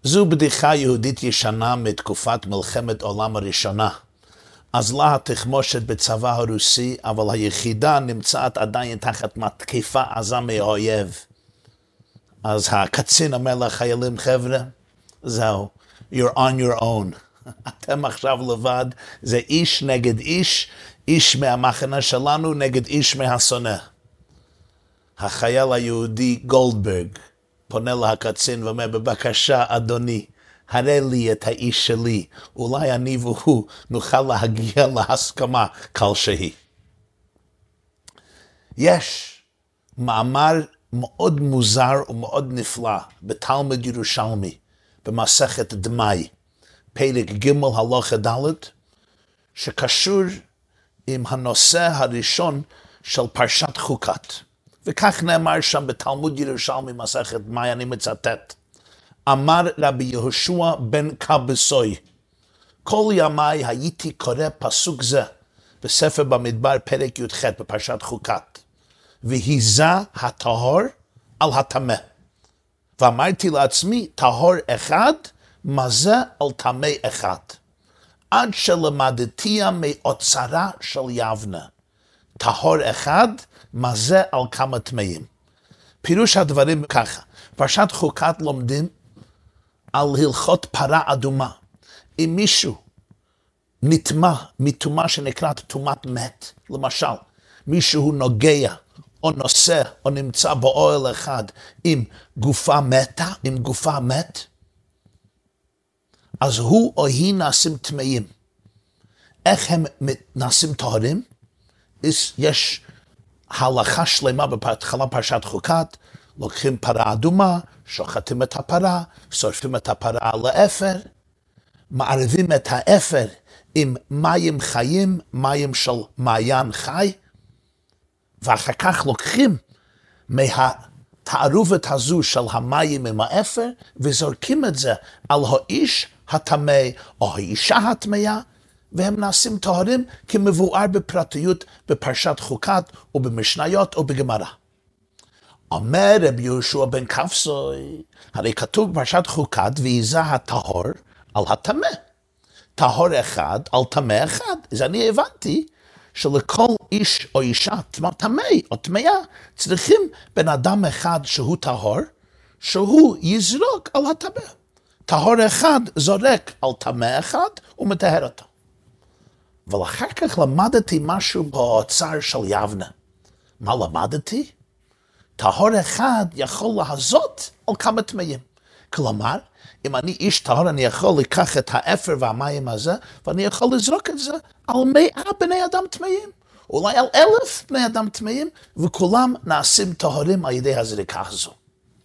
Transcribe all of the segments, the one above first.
זו בדיחה יהודית ישנה מתקופת מלחמת עולם הראשונה. אז לה התחמושת בצבא הרוסי, אבל היחידה נמצאת עדיין תחת מתקיפה עזה מהאויב. אז הקצין אומר לחיילים, חבר'ה, זהו, you're on your own. אתם עכשיו לבד, זה איש נגד איש, איש מהמחנה שלנו נגד איש מהשונא. החייל היהודי גולדברג פונה לקצין ואומר, בבקשה אדוני, הראה לי את האיש שלי, אולי אני והוא נוכל להגיע להסכמה כלשהי. יש מאמר מאוד מוזר ומאוד נפלא בתלמוד ירושלמי, במסכת דמאי, פרק ג' הלכה ד', שקשור עם הנושא הראשון של פרשת חוקת. וכך נאמר שם בתלמוד ירושלמי מסכת דמאי, אני מצטט. אמר רבי יהושע בן קבסוי, כל ימי הייתי קורא פסוק זה בספר במדבר פרק י"ח בפרשת חוקת, והיזה הטהור על הטמא. ואמרתי לעצמי, טהור אחד, מה זה על טמא אחד? עד שלמדתיה מאוצרה של יבנה. טהור אחד, מה זה על כמה טמאים? פירוש הדברים ככה, פרשת חוקת לומדים על הלכות פרה אדומה. אם מישהו נטמא מטומאה שנקראת טומאת מת, למשל, מישהו נוגע או נושא או נמצא באוהל אחד עם גופה מתה, עם גופה מת, אז הוא או היא נעשים טמאים. איך הם נעשים טהורים? יש הלכה שלמה בהתחלה פרשת חוקת, לוקחים פרה אדומה, שוחטים את הפרה, שורפים את הפרה על האפר, מערבים את האפר עם מים חיים, מים של מעיין חי, ואחר כך לוקחים מהתערובת הזו של המים עם האפר, וזורקים את זה על האיש הטמא או האישה הטמאה, והם נעשים טהורים כמבואר בפרטיות בפרשת חוקת ובמשניות ובגמרא. אומר רבי יהושע בן קבסוי, הרי כתוב בפרשת חוקת, והיזה הטהור על הטמא. טהור אחד על טמא אחד. אז אני הבנתי שלכל איש או אישה טמא או טמאה צריכים בן אדם אחד שהוא טהור, שהוא יזרוק על הטמא. טהור אחד זורק על טמא אחד ומטהר אותו. אבל אחר כך למדתי משהו באוצר של יבנה. מה למדתי? טהור אחד יכול לעזות על כמה טמאים. כלומר, אם אני איש טהור, אני יכול לקח את האפר והמים הזה, ואני יכול לזרוק את זה על 100 בני אדם טמאים, אולי על 1,000 בני אדם טמאים, וכולם נעשים טהורים על ידי הזריקה הזו.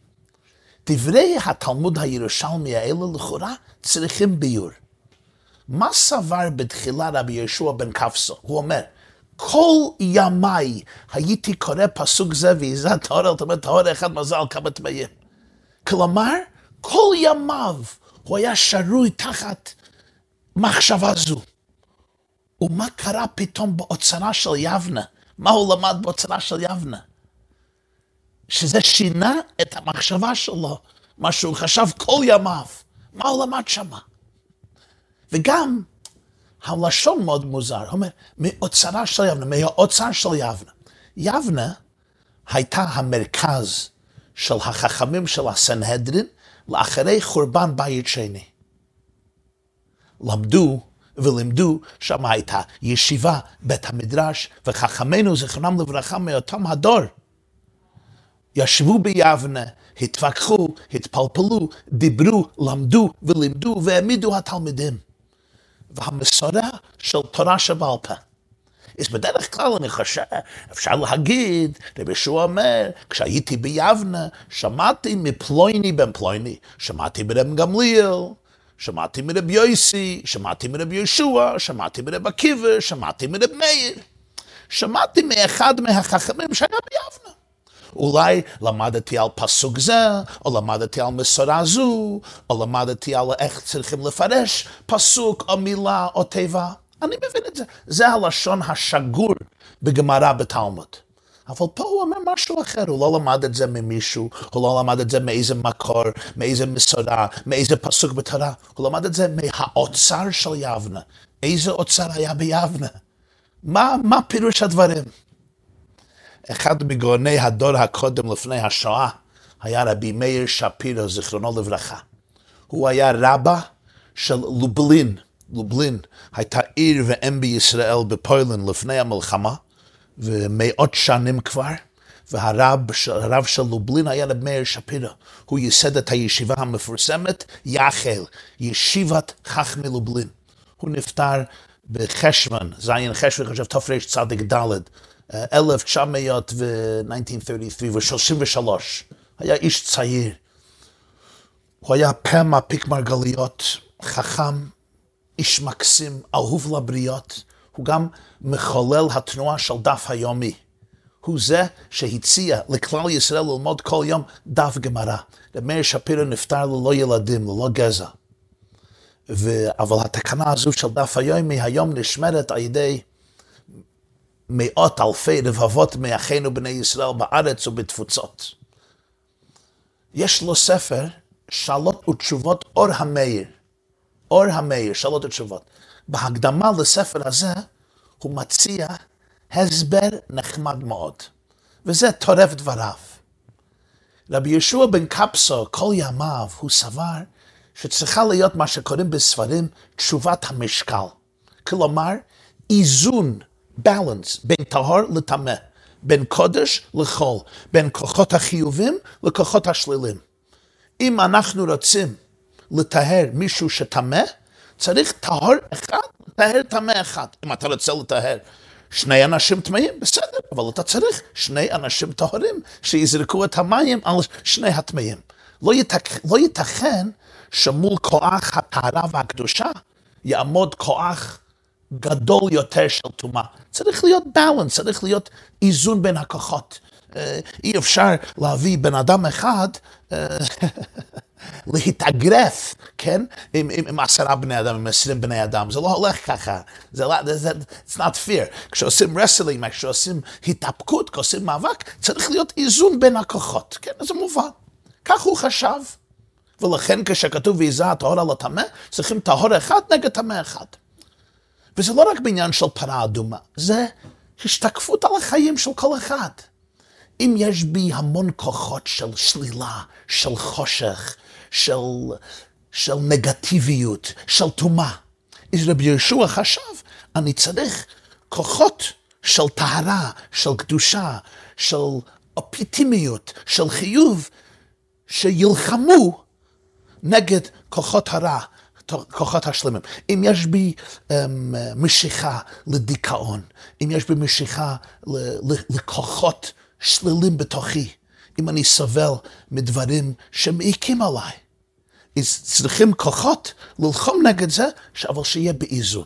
דברי התלמוד הירושלמי האלה לכאורה צריכים ביור. מה סבר בתחילה רבי יהושע בן קבסוי? הוא אומר, כל ימי הייתי קורא פסוק זה, והיזה טהור על טמא, טהור אחד מזה על כמה טמאים. כלומר, כל ימיו הוא היה שרוי תחת מחשבה זו. ומה קרה פתאום באוצרה של יבנה? מה הוא למד באוצרה של יבנה? שזה שינה את המחשבה שלו, מה שהוא חשב כל ימיו. מה הוא למד שמה? וגם הלשון מאוד מוזר, הוא אומר, מאוצרה של יבנה, מהאוצר של יבנה. יבנה הייתה המרכז של החכמים של הסנהדרין, לאחרי חורבן בית שני. למדו ולימדו, שם הייתה ישיבה, בית המדרש, וחכמינו זכרונם לברכה מאותם הדור. ישבו ביבנה, התווכחו, התפלפלו, דיברו, למדו ולימדו, והעמידו התלמידים. והמסורה של תורה שבעל פה. אז בדרך כלל אני חושב, אפשר להגיד, רבי יהושע אומר, כשהייתי ביבנה, שמעתי מפלויני בן פלויני, שמעתי מרבי גמליאל, שמעתי מרבי יוסי, שמעתי מרבי יהושע, שמעתי מרבי עקיבא, שמעתי מרבי מאיר, שמעתי מאחד מהחכמים שהיה ביבנה. אולי למדתי על פסוק זה, או למדתי על מסורה זו, או למדתי על איך צריכים לפרש פסוק או מילה או תיבה. אני מבין את זה. זה הלשון השגור בגמרא בתלמוד. אבל פה הוא אומר משהו אחר, הוא לא למד את זה ממישהו, הוא לא למד את זה מאיזה מקור, מאיזה מסורה, מאיזה פסוק בתורה, הוא למד את זה מהאוצר של יבנה. איזה אוצר היה ביבנה? מה פירוש הדברים? אחד מגאוני הדור הקודם לפני השואה היה רבי מאיר שפירא, זיכרונו לברכה. הוא היה רבא של לובלין. לובלין הייתה עיר ואם בישראל בפולין לפני המלחמה, ומאות שנים כבר, והרב של לובלין היה רבי מאיר שפירא. הוא ייסד את הישיבה המפורסמת, יחל, ישיבת חכמי לובלין. הוא נפטר בחשוון, זין חשוון, חושב תרצ"ד, 1933, היה איש צעיר. הוא היה פה מפיק מרגליות, חכם, איש מקסים, אהוב לבריות. הוא גם מחולל התנועה של דף היומי. הוא זה שהציע לכלל ישראל ללמוד כל יום דף גמרא. רבי מאיר שפירא נפטר ללא ילדים, ללא גזע. אבל התקנה הזו של דף היומי היום נשמרת על ידי מאות אלפי רבבות מאחינו בני ישראל בארץ ובתפוצות. יש לו ספר, שאלות ותשובות, אור המאיר. אור המאיר, שאלות ותשובות. בהקדמה לספר הזה, הוא מציע הסבר נחמד מאוד. וזה טורף דבריו. רבי יהושע בן קפסו, כל ימיו, הוא סבר שצריכה להיות מה שקוראים בספרים תשובת המשקל. כלומר, איזון, balance, בין טהור לטמא, בין קודש לחול, בין כוחות החיובים לכוחות השלילים. אם אנחנו רוצים לטהר מישהו שטמא, צריך טהור אחד, לטהר טמא אחד. אם אתה רוצה לטהר שני אנשים טמאים, בסדר, אבל אתה צריך שני אנשים טהורים שיזרקו את המים על שני הטמאים. לא ייתכן שמול כוח הטהרה והקדושה יעמוד כוח גדול יותר של טומאה. צריך להיות balance, צריך להיות איזון בין הכוחות. אי אפשר להביא בן אדם אחד להתאגרף, כן? עם 10 בני אדם, עם 20 בני אדם. זה לא הולך ככה. It's not fair. כשעושים רסלינג, כשעושים התאפקות, כשעושים מאבק, צריך להיות איזון בין הכוחות. כן? זה מובן. כך הוא חשב. ולכן כשכתוב ויזע הטהור על הטמא, צריכים טהור אחד נגד טמא אחד. וזה לא רק בעניין של פרה אדומה, זה השתקפות על החיים של כל אחד. אם יש בי המון כוחות של שלילה, של חושך, של נגטיביות, של טומאה, אז רבי יהושע חשב, אני צריך כוחות של טהרה, של קדושה, של אופטימיות, של חיוב, שילחמו נגד כוחות הרע, כוחות השלמים. אם יש בי משיכה לדיכאון, אם יש בי משיכה לכוחות שלילים בתוכי, אם אני סובל מדברים שמעיקים עליי, אז צריכים כוחות ללחום נגד זה, אבל שיהיה באיזון.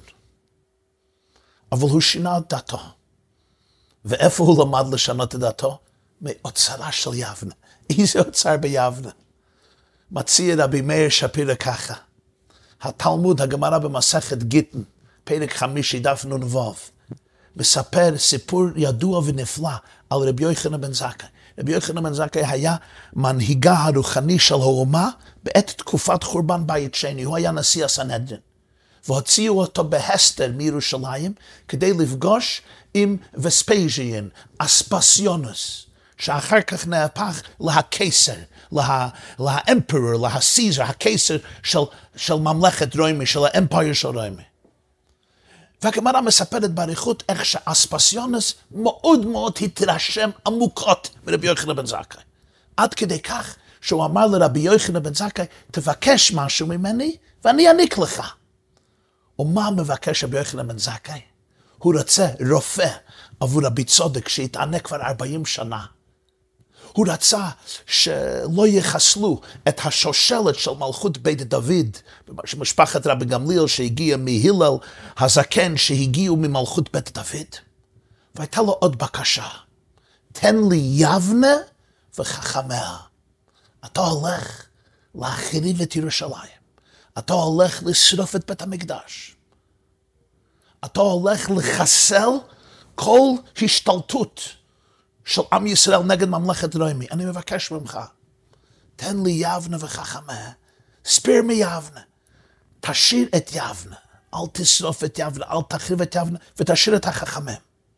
אבל הוא שינה את דעתו. ואיפה הוא למד לשנות את דעתו? מאוצרה של יבנה. איזה אוצר ביבנה? מציע רבי מאיר שפירא ככה. התלמוד, הגמרא במסכת גיטין, פרק 5, דף נ"ו, מספר סיפור ידוע ונפלא על רבי יוחנן בן זכאי. רבי יוחנן בן זכאי היה מנהיגה הרוחני של האומה בעת תקופת חורבן בית שני. הוא היה נשיא הסנהדרין. והוציאו אותו בהסתר מירושלים כדי לפגוש עם וספזיאן, אספסיונוס, שאחר כך נהפך להקיסר, לאמפרור, להסיזר, הקיסר של ממלכת רומי, של האמפייר של רומי. והגמרא מספרת באריכות איך שאספסיונוס מאוד מאוד התרשם עמוקות מרבי יוחנן בן זכאי. עד כדי כך שהוא אמר לרבי יוחנן בן זכאי, תבקש משהו ממני ואני אעניק לך. ומה מבקש רבי יוחנן בן זכאי? הוא רוצה רופא עבור רבי צודק שהתענה כבר 40 שנה. הוא רצה שלא יחסלו את השושלת של מלכות בית דוד, משפחת רבי גמליאל שהגיע מהלל הזקן שהגיעו ממלכות בית דוד. והייתה לו עוד בקשה, תן לי יבנה וחכמיה. אתה הולך להחריב את ירושלים. אתה הולך לשרוף את בית המקדש. אתה הולך לחסל כל השתלטות של עם ישראל נגד ממלכת רומי. אני מבקש ממך, תן לי יבנה וחכמיה, ספיר מיבנה, תשאיר את יבנה, אל תשרוף את יבנה, אל תחריב את יבנה, ותשאיר את החכמים.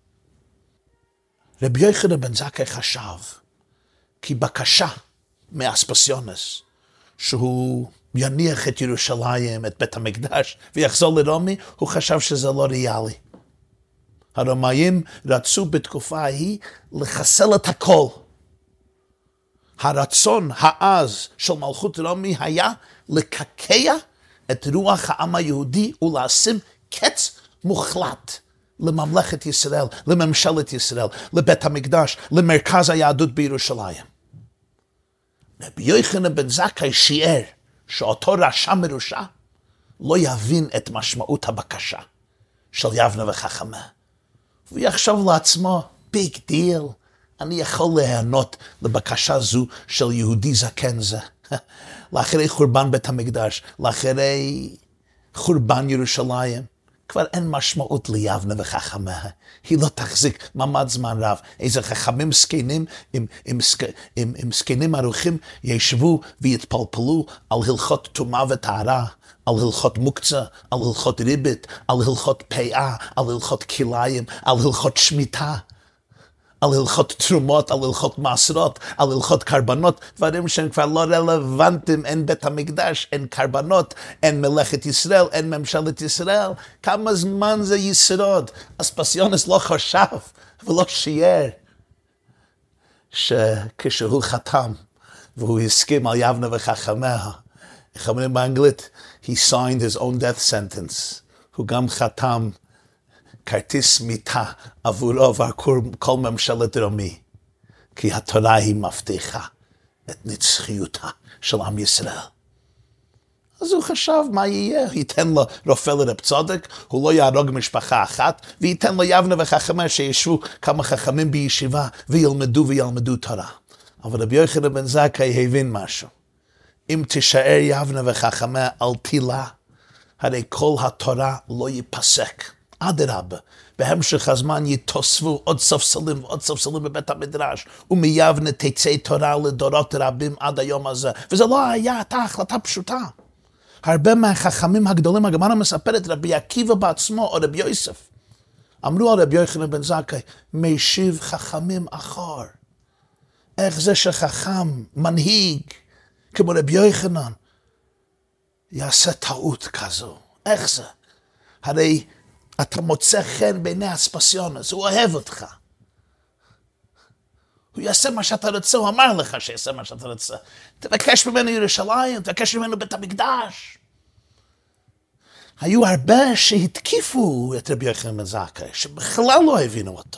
רבי יוחנן בן זכאי חשב, כי בקשה מאספסיונס, שהוא יניח את ירושלים, את בית המקדש, ויחזור לרומי, הוא חשב שזה לא ריאלי. הרומאים רצו בתקופה ההיא לחסל את הכל. הרצון העז של מלכות רומי היה לקעקע את רוח העם היהודי ולשים קץ מוחלט לממלכת ישראל, לממשלת ישראל, לבית המקדש, למרכז היהדות בירושלים. רבי יוחנן בן זכאי שיער שאותו רשע מרושע לא יבין את משמעות הבקשה של יבנה וחכמיה. הוא יחשוב לעצמו, ביג דיל, אני יכול להיענות לבקשה זו של יהודי זקן זה. לאחרי חורבן בית המקדש, לאחרי חורבן ירושלים, כבר אין משמעות ליבנה וחכמיה. היא לא תחזיק מעמד זמן רב. איזה חכמים זקנים עם זקנים ערוכים ישבו ויתפלפלו על הלכות טומאה וטהרה, על הלכות מוקצה, על הלכות ריבית, על הלכות פאה, על הלכות כליים, על הלכות שמיטה, על הלכות תרומות, על הלכות מעשרות, על הלכות קרבנות, דברים שהם כבר לא רלוונטיים, אין בית המקדש, אין קרבנות, אין מלכת ישראל, אין ממשלת ישראל. כמה זמן זה ישרוד? אספסיונס לא חשב ולא שיער שכשהוא חתם והוא הסכים על יבנה וחכמיה, איך אומרים באנגלית? He signed his own death sentence. הוא גם חתם כרטיס מיתה עבורו ועבור כל ממשלת רומי, כי התורה היא מבטיחה את נצחיותה של עם ישראל. אז הוא חשב מה יהיה, ייתן לו רופא לרב צודק, הוא לא יהרוג משפחה אחת, וייתן לו יבנה וחכמיה שישבו כמה חכמים בישיבה וילמדו תורה. אבל רבי יוחנן בן זכאי הבין משהו. אם תישאר יבנה וחכמיה על תילה, הרי כל התורה לא ייפסק. אדרבה, בהמשך הזמן יתוספו עוד ספסלים ועוד ספסלים בבית המדרש, ומיבנה תצא תורה לדורות רבים עד היום הזה. וזה לא הייתה החלטה פשוטה. הרבה מהחכמים הגדולים, הגמרא מספרת, רבי עקיבא בעצמו או רבי יוסף, אמרו על רבי יוחנן בן זכאי, משיב חכמים אחור. איך זה שחכם, מנהיג, כמו רבי יוחנן, יעשה טעות כזו? איך זה? הרי אתה מוצא חן בעיני אספסיונס, הוא אוהב אותך. הוא יעשה מה שאתה רוצה, הוא אמר לך שיעשה מה שאתה רוצה. תבקש ממנו ירושלים, תבקש ממנו בית המקדש. היו הרבה שהתקיפו את רבי יוחנן בן זכאי, שבכלל לא הבינו אותו.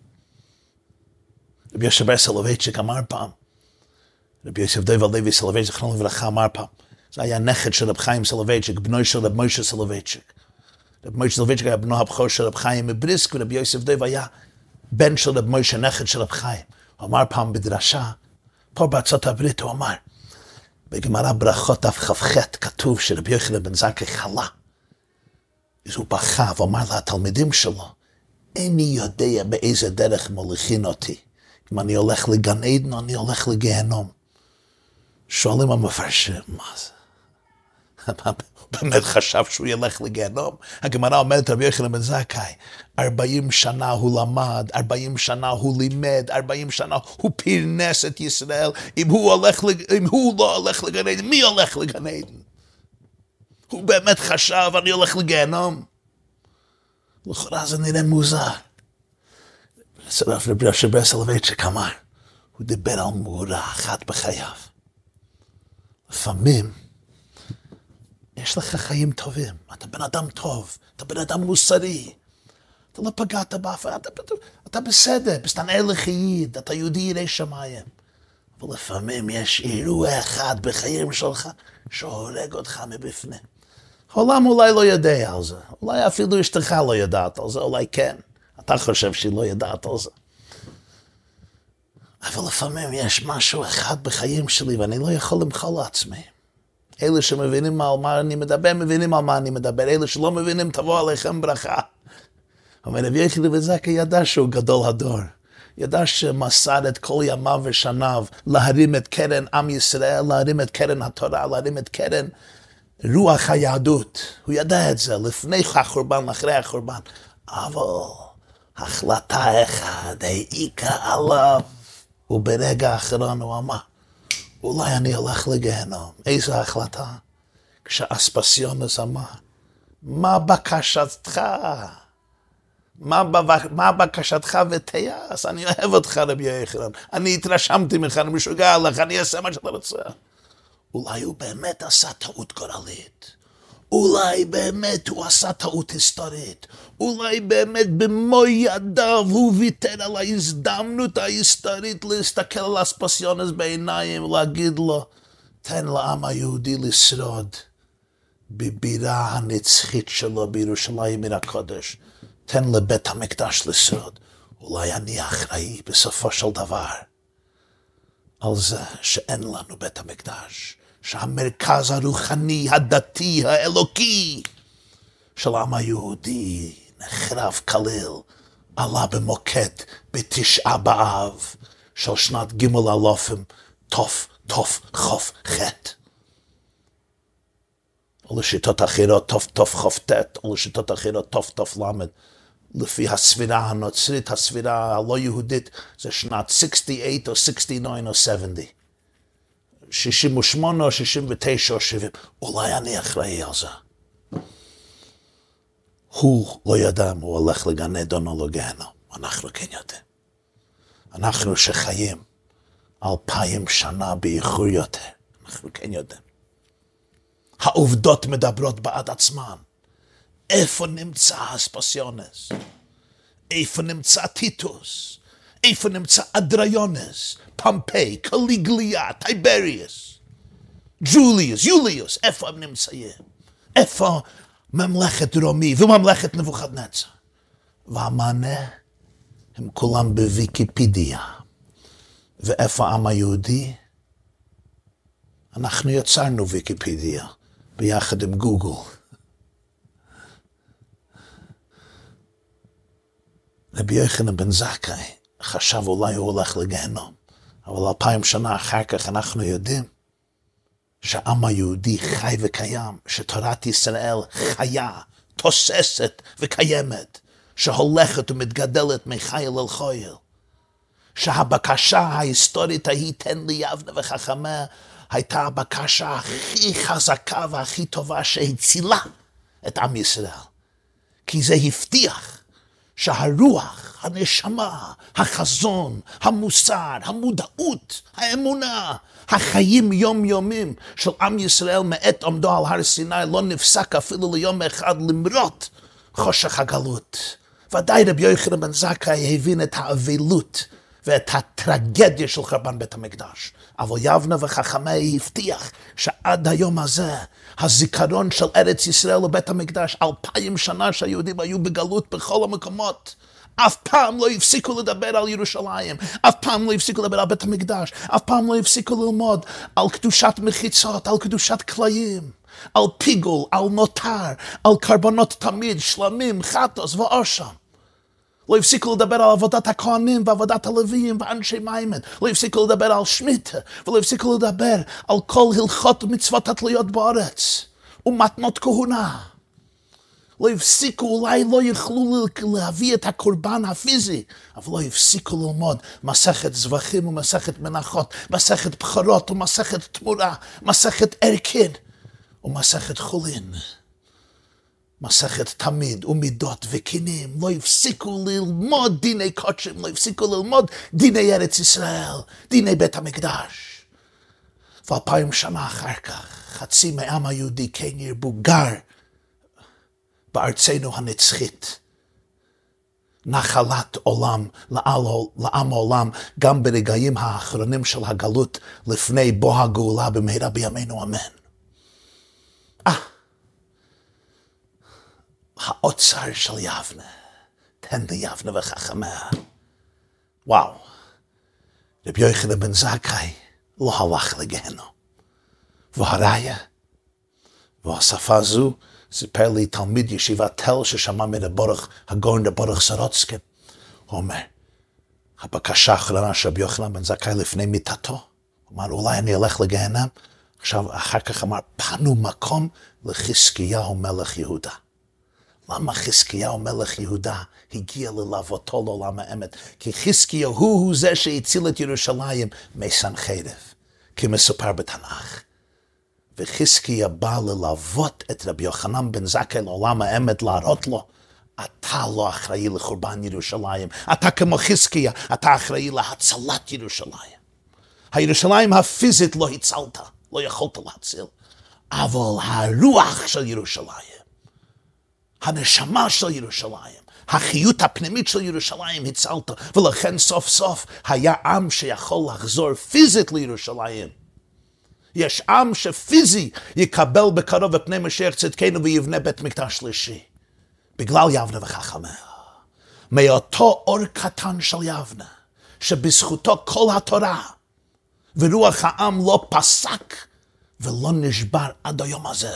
רבי יוסף בר סולובייצ'יק אמר פעם, רבי יוסף דוב הלוי סולובייצ'יק, זכרונו לברכה, אמר פעם, זה היה נכד של רב חיים סולובייצ'יק, בנו של רב מוישה סולובייצ'יק. רב מוישה סולובייצ'יק היה בנו הבכור של רב חיים מבריסק, ורבי יוסף דוב היה בן של רב מוישה, נכד של רב חיים. הוא אמר פעם בדרשה, פה בארצות הברית, הוא אמר, בגמרא ברכות דף כ"ח כתוב שרבי יוחנן בן זכאי חלה. אז הוא בכה ואמר לתלמידים שלו, איני יודע באיזה דרך מוליכין אותי. אם אני הולך לגן עדן או אני הולך לגיהנום. שואלים המפרשים, מה זה? הוא באמת חשב שהוא ילך לגיהנום? הגמרא אומרת, רבי יוחנן בן זכאי, 40 שנה הוא למד, 40 שנה הוא לימד, 40 שנה הוא פרנס את ישראל. אם הוא לא הולך לגן עדן, מי הולך לגן עדן? הוא באמת חשב, אני הולך לגיהנום? לכאורה זה נראה מוזר. רבי יוסף בר סולובייצ'יק אמר, הוא דיבר על מאורע אחת בחייו. לפעמים יש לך חיים טובים, אתה בן אדם טוב, אתה בן אדם מוסרי, אתה לא פגעת באף, אתה בסדר, בסתנאי לחייד, אתה יהודי ירא שמיים. אבל לפעמים יש אירוע אחד בחיים שלך שהורג אותך מבפנים. העולם אולי לא יודע על זה, אולי אפילו אשתך לא יודעת על זה, אולי כן. אתה חושב שהיא לא יודעת על זה. אבל לפעמים יש משהו אחד בחיים שלי ואני לא יכול למחול לעצמי. אלה שמבינים על מה אני מדבר, מבינים על מה אני מדבר. אלה שלא מבינים, תבוא עליכם ברכה. אבל רבי יוחנן בן זכאי ידע שהוא גדול הדור, ידע שמסר את כל ימיו ושניו להרים את קרן עם ישראל, להרים את קרן התורה, להרים את קרן רוח היהדות. הוא ידע את זה לפני החורבן, אחרי החורבן. אבל החלטה אחד העיקה עליו, וברגע האחרון הוא אמר, אולי אני הולך לגיהנום. איזו החלטה? כשאספסיונוס אמר, מה בקשתך? מה בקשתך ותיעש? אני אוהב אותך רבי יוחנן, אני התרשמתי ממך, אני משוגע לך, אני אעשה מה שאתה רוצה. אולי הוא באמת עשה טעות גורלית. אולי באמת הוא עשה טעות היסטורית. אולי באמת במו ידיו הוא ויתר על ההזדמנות ההיסטורית להסתכל על אספסיונוס בעיניים ולהגיד לו, תן לעם היהודי לשרוד בבירה הנצחית שלו בירושלים עיר הקודש. תן לבית המקדש לשרוד. אולי אני אחראי בסופו של דבר על זה שאין לנו בית המקדש. שהמרכז הרוחני, הדתי, האלוקי של העם היהודי נחרב כליל, עלה במוקד בתשעה באב של שנת ג' אלופים תוף חוף ח'. או לשיטות אחרות תוף חוף ט', או לשיטות אחרות תוף למד. לפי הספירה הנוצרית, הספירה הלא יהודית, זה שנת 68 או 69 או 70. 68 או 69 או 70. אולי אני אחראי על זה. הוא לא ידע אם הוא הולך לגן עדן או לגיהנום. אנחנו כן יודעים. אנחנו שחיים 2000 שנה באיחור יותר. אנחנו כן יודעים. העובדות מדברות בעד עצמן. איפה נמצא אספסיונוס? איפה נמצא טיטוס? איפה נמצא אדריונוס? פומפיי, קליגליה, טייבריוס, יוליוס, איפה הם נמצאים? איפה ממלכת רומי וממלכת נבוכדנצר? והמענה הם כולם בוויקיפדיה. ואיפה העם היהודי? אנחנו יצרנו ויקיפדיה ביחד עם גוגל. רבי יוחנן בן זכאי חשב אולי הוא הולך לגיהנום, אבל 2000 שנה אחר כך אנחנו יודעים שהעם היהודי חי וקיים, שתורת ישראל חיה, תוססת וקיימת, שהולכת ומתגדלת מחיל אל חיל, שהבקשה ההיסטורית ההיא תן לי יבנה וחכמה הייתה הבקשה הכי חזקה והכי טובה שהצילה את עם ישראל, כי זה הבטיח שהרוח, הנשמה, החזון, המוסר, המודעות, האמונה, החיים יומיומיים של עם ישראל מעת עומדו על הר סיני לא נפסק אפילו ליום אחד למרות חושך הגלות. ודאי רבי יוחנן בן זכאי הבין את האבלות ואת הטרגדיה של חורבן בית המקדש. אבל יבנה וחכמי הבטיח שעד היום הזה הזיכרון של ארץ ישראל ובית המקדש 2000 שנה שהיהודים היו בגלות בכל המקומות. אף פעם לא הפסיקו לדבר על ירושלים, אף פעם לא הפסיקו לדבר על בית המקדש, אף פעם לא הפסיקו ללמוד על קדושת מחיצות, על קדושת כליים, על פיגול, על נוטר, על קרבנות תמיד, שלמים, חטוס ואושם. לא הפסיקו לדבר על עבודת הכהנים ועבודת הלוויים ואנשי מימון. לא הפסיקו לדבר על שמיטה, ולא הפסיקו לדבר על כל הלכות ומצוות התלויות בארץ ומתנות כהונה. לא הפסיקו, אולי לא יכלו להביא את הקורבן הפיזי, אבל לא הפסיקו ללמוד מסכת זבחים ומסכת מנחות, מסכת בחירות ומסכת תמורה, מסכת ערכין ומסכת חולין. מסכת תמיד ומידות וקינים, לא הפסיקו ללמוד דיני קודשים, לא הפסיקו ללמוד דיני ארץ ישראל, דיני בית המקדש. ו2000 שנה אחר כך, חצי מהעם היהודי כן ירבו גר בארצנו הנצחית. נחלת עולם לעם העולם, גם ברגעים האחרונים של הגלות, לפני בוא הגאולה במהרה בימינו אמן. האוצר של יבנה, תן לי יבנה וחכמיה. וואו, רבי יוחנן בן זכאי לא הלך לגיהנום. והראיה, והשפה זו, סיפר לי תלמיד ישיבת תל ששמע מרב בורך, הגאון רב בורך סורוצקין. הוא אומר, הבקשה האחרונה של רבי יוחנן בן זכאי לפני מיתתו, הוא אמר, אולי אני אלך לגיהנם, עכשיו, אחר כך אמר, פנו מקום לחזקיהו מלך יהודה. למה חזקיהו מלך יהודה הגיע ללוותו לעולם האמת? כי חזקיהו הוא זה שהציל את ירושלים מסנחריב, כמסופר בתנ"ך. וחזקיה בא ללוות את רבי יוחנן בן זכאי לעולם האמת, להראות לו, אתה לא אחראי לחורבן ירושלים, אתה כמו חזקיה, אתה אחראי להצלת ירושלים. הירושלים הפיזית לא הצלת, לא יכולת להציל, אבל הרוח של ירושלים, הנשמה של ירושלים, החיות הפנימית של ירושלים הצלת, ולכן סוף סוף היה עם שיכול לחזור פיזית לירושלים. יש עם שפיזי יקבל בקרוב את פני משיח צדקנו ויבנה בית מקדש שלישי, בגלל יבנה וחכמיה. מאותו אור קטן של יבנה, שבזכותו כל התורה, ורוח העם לא פסק ולא נשבר עד היום הזה.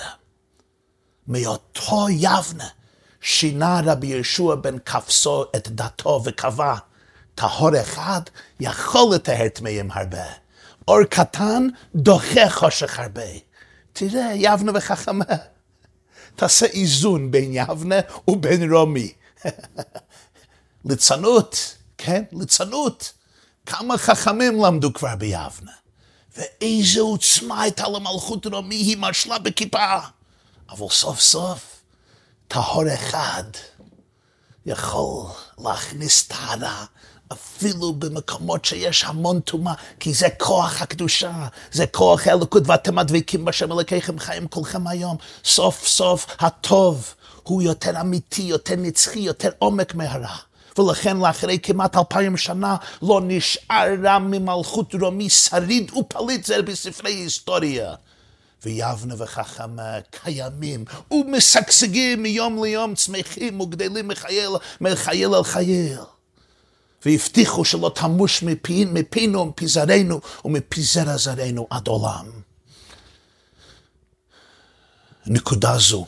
מאותו יבנה שינה רבי ישוע בן קפסו את דתו וקבע, טהור אחד יכול לטהר טמאים הרבה. אור קטן דוחה חושך הרבה. תראה, יבנה וחכמה. תעשה איזון בין יבנה ובין רומי. ליצנות, כן? ליצנות. כמה חכמים למדו כבר ביבנה. ואיזו עוצמה הייתה למלכות רומי, היא משלה בכיפה. אבל סוף סוף, טהור אחד יכול להכניס טהרה, אפילו במקומות שיש המון טומאה, כי זה כוח הקדושה, זה כוח האלוקות, ואתם הדבקים בשם אלוקיכם חיים כולכם היום. סוף סוף הטוב הוא יותר אמיתי, יותר נצחי, יותר עומק מהרע. ולכן לאחרי כמעט 2000 שנה לא נשאר רע ממלכות רומי שריד ופליט, זה בספרי היסטוריה. ויבנה וחכמה קיימים ומשגשגים מיום ליום, צמחים וגדלים מחייל אל חייל. והבטיחו שלא תמוש מפינו ומפי זרענו ומפי זרע זרענו עד עולם. נקודה זו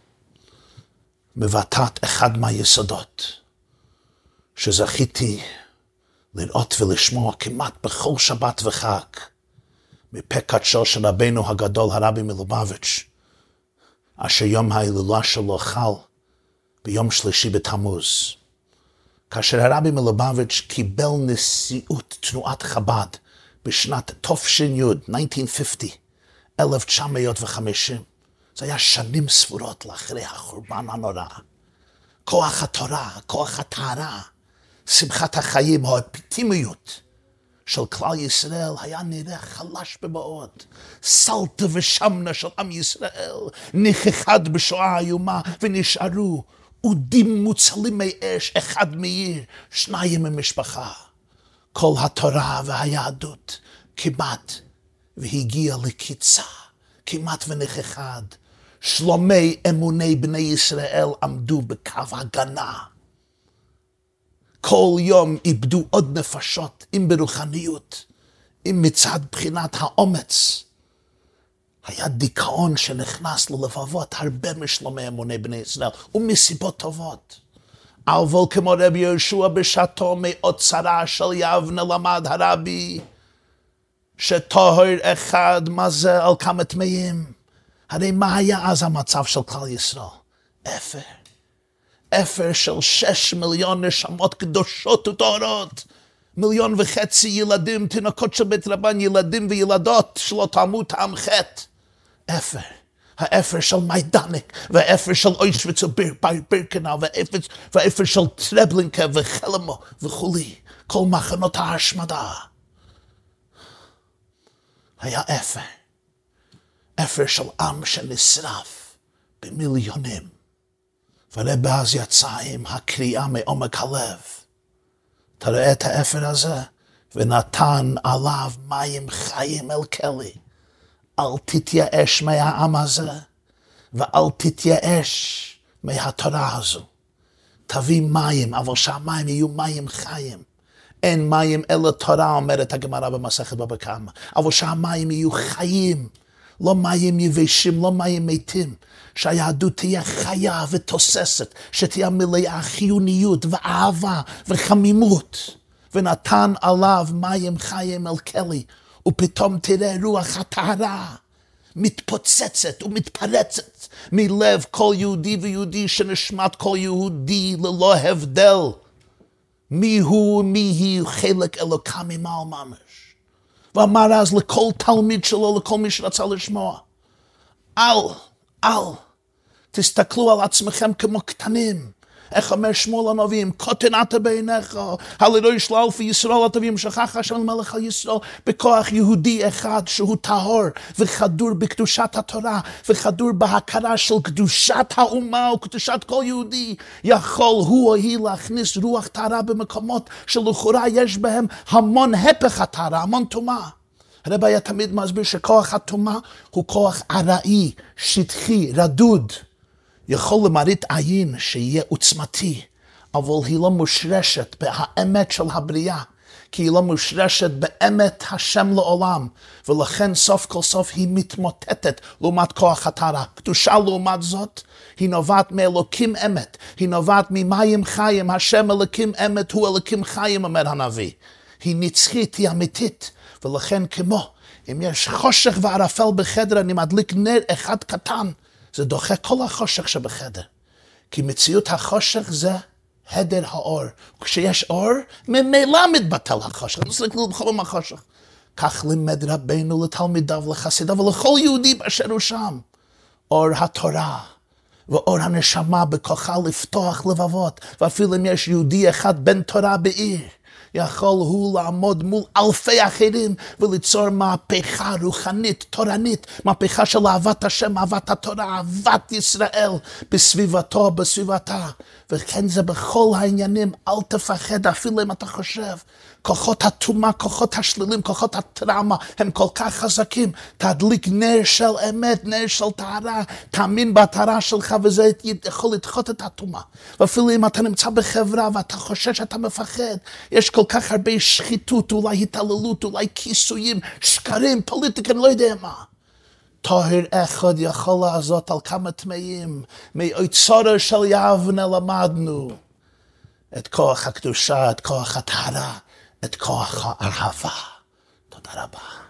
מבטאת אחד מהיסודות שזכיתי לראות ולשמוע כמעט בכל שבת וחג מפה קדשו של רבנו הגדול הרבי מלובביץ', אשר יום ההילולה שלו חל ביום שלישי בתמוז. כאשר הרבי מלובביץ' קיבל נשיאות תנועת חב"ד בשנת תש"י, 1950, זה היה שנים ספורות לאחרי החורבן הנורא. כוח התורה, כוח הטהרה, שמחת החיים, האפיטימיות של כלל ישראל היה נראה חלש במאוד. סלטה ושמנה של עם ישראל נכחד בשואה איומה, ונשארו אודים מוצלים מאש, אחד מעיר, שניים ממשפחה. כל התורה והיהדות כמעט והגיע לקיצה, כמעט ונכחד. שלומי אמוני בני ישראל עמדו בקו הגנה. כל יום איבדו עוד נפשות, אם ברוחניות, אם מצד בחינת האומץ. היה דיכאון שנכנס ללבבות הרבה משלומי אמוני בני ישראל, ומסיבות טובות. אבל כמו רבי יהושע בשעתו מאוצרה של יבנה למד הרבי, שטהור אחד מה זה על כמה טמאים. הרי מה היה אז המצב של כלל ישראל? אפר. אפר של 6 מיליון נשמות קדושות וטהורות. 1.5 מיליון ילדים, תינוקות של בית רבן, ילדים וילדות שלא טעמו טעם חטא. אפר. האפר של מיידנק, והאפר של אוישוויץ ובירקנאו, והאפר של טרבלינקה וחלמו וכולי. כל מחנות ההשמדה. היה אפר. אפר של עם שנשרף במיליונים. ורבי אז יצא עם הקריאה מעומק הלב. תראה את האפר הזה, ונתן עליו מים חיים אל כלי. אל תתייאש מהעם הזה, ואל תתייאש מהתורה הזו. תביא מים, אבל שהמים יהיו מים חיים. אין מים אלא תורה, אומרת הגמרא במסכת בבא קמא. אבל שהמים יהיו חיים. לא מים יבשים, לא מים מתים, שהיהדות תהיה חיה ותוססת, שתהיה מלאה חיוניות ואהבה וחמימות. ונתן עליו מים חיים אל כלי, ופתאום תראה רוח הטהרה מתפוצצת ומתפרצת מלב כל יהודי ויהודי, שנשמת כל יהודי ללא הבדל מי הוא ומי היא, חלק אלוקה ממעל ממש. ואמר אז לכל תלמיד שלו, לכל מי שרצה לשמוע, אל תסתכלו על עצמכם כמו קטנים. איך אומר שמואל הנביא, קטן אתה בעיניך, הלא ישלל וישראל הטובים, שכח השם מלך על ישראל, בכוח יהודי אחד שהוא טהור וחדור בקדושת התורה, וחדור בהכרה של קדושת האומה וקדושת כל יהודי, יכול הוא או היא להכניס רוח טהרה במקומות שלכאורה יש בהם המון הפך הטהרה, המון טומאה. הרב היה תמיד מסביר שכוח הטומאה הוא כוח ארעי, שטחי, רדוד. יכול למראית עין שיהיה עוצמתי, אבל היא לא מושרשת בהאמת של הבריאה, כי היא לא מושרשת באמת השם לעולם, ולכן סוף כל סוף היא מתמוטטת לעומת כוח הטהרה. קדושה לעומת זאת, היא נובעת מאלוקים אמת, היא נובעת ממים חיים, השם אלוקים אמת הוא אלוקים חיים, אומר הנביא. היא נצחית, היא אמיתית, ולכן כמו אם יש חושך וערפל בחדר, אני מדליק נר אחד קטן, זה דוחה כל החושך שבחדר. כי מציאות החושך זה הדר האור. כשיש אור, ממילא מתבטל החושך. נצליק לבחור עם החושך. כך לימד רבנו לתלמידיו, לחסידיו, ולכל יהודי באשר הוא שם. אור התורה ואור הנשמה בכוחה לפתוח לבבות. ואפילו אם יש יהודי אחד בן תורה בעיר, יכול הוא לעמוד מול אלפי אחרים וליצור מהפכה רוחנית, תורנית, מהפכה של אהבת השם, אהבת התורה, אהבת ישראל בסביבתו, בסביבתה. וכן זה בכל העניינים, אל תפחד, אפילו אם אתה חושב, כוחות הטומאה, כוחות השלילים, כוחות הטראומה, הם כל כך חזקים. תדליק נר של אמת, נר של טהרה, תאמין בטהרה שלך, וזה יכול לדחות את הטומאה. ואפילו אם אתה נמצא בחברה ואתה חושב שאתה מפחד, יש כל כך הרבה שחיתות, אולי התעללות, אולי כיסויים, שקרים, פוליטיקה, אני לא יודע מה. טהר אחד יכול לעזות על כמה טמאים. מאוצרו של יבנה למדנו את כוח הקדושה, את כוח הטהרה, את כוח האהבה. תודה רבה.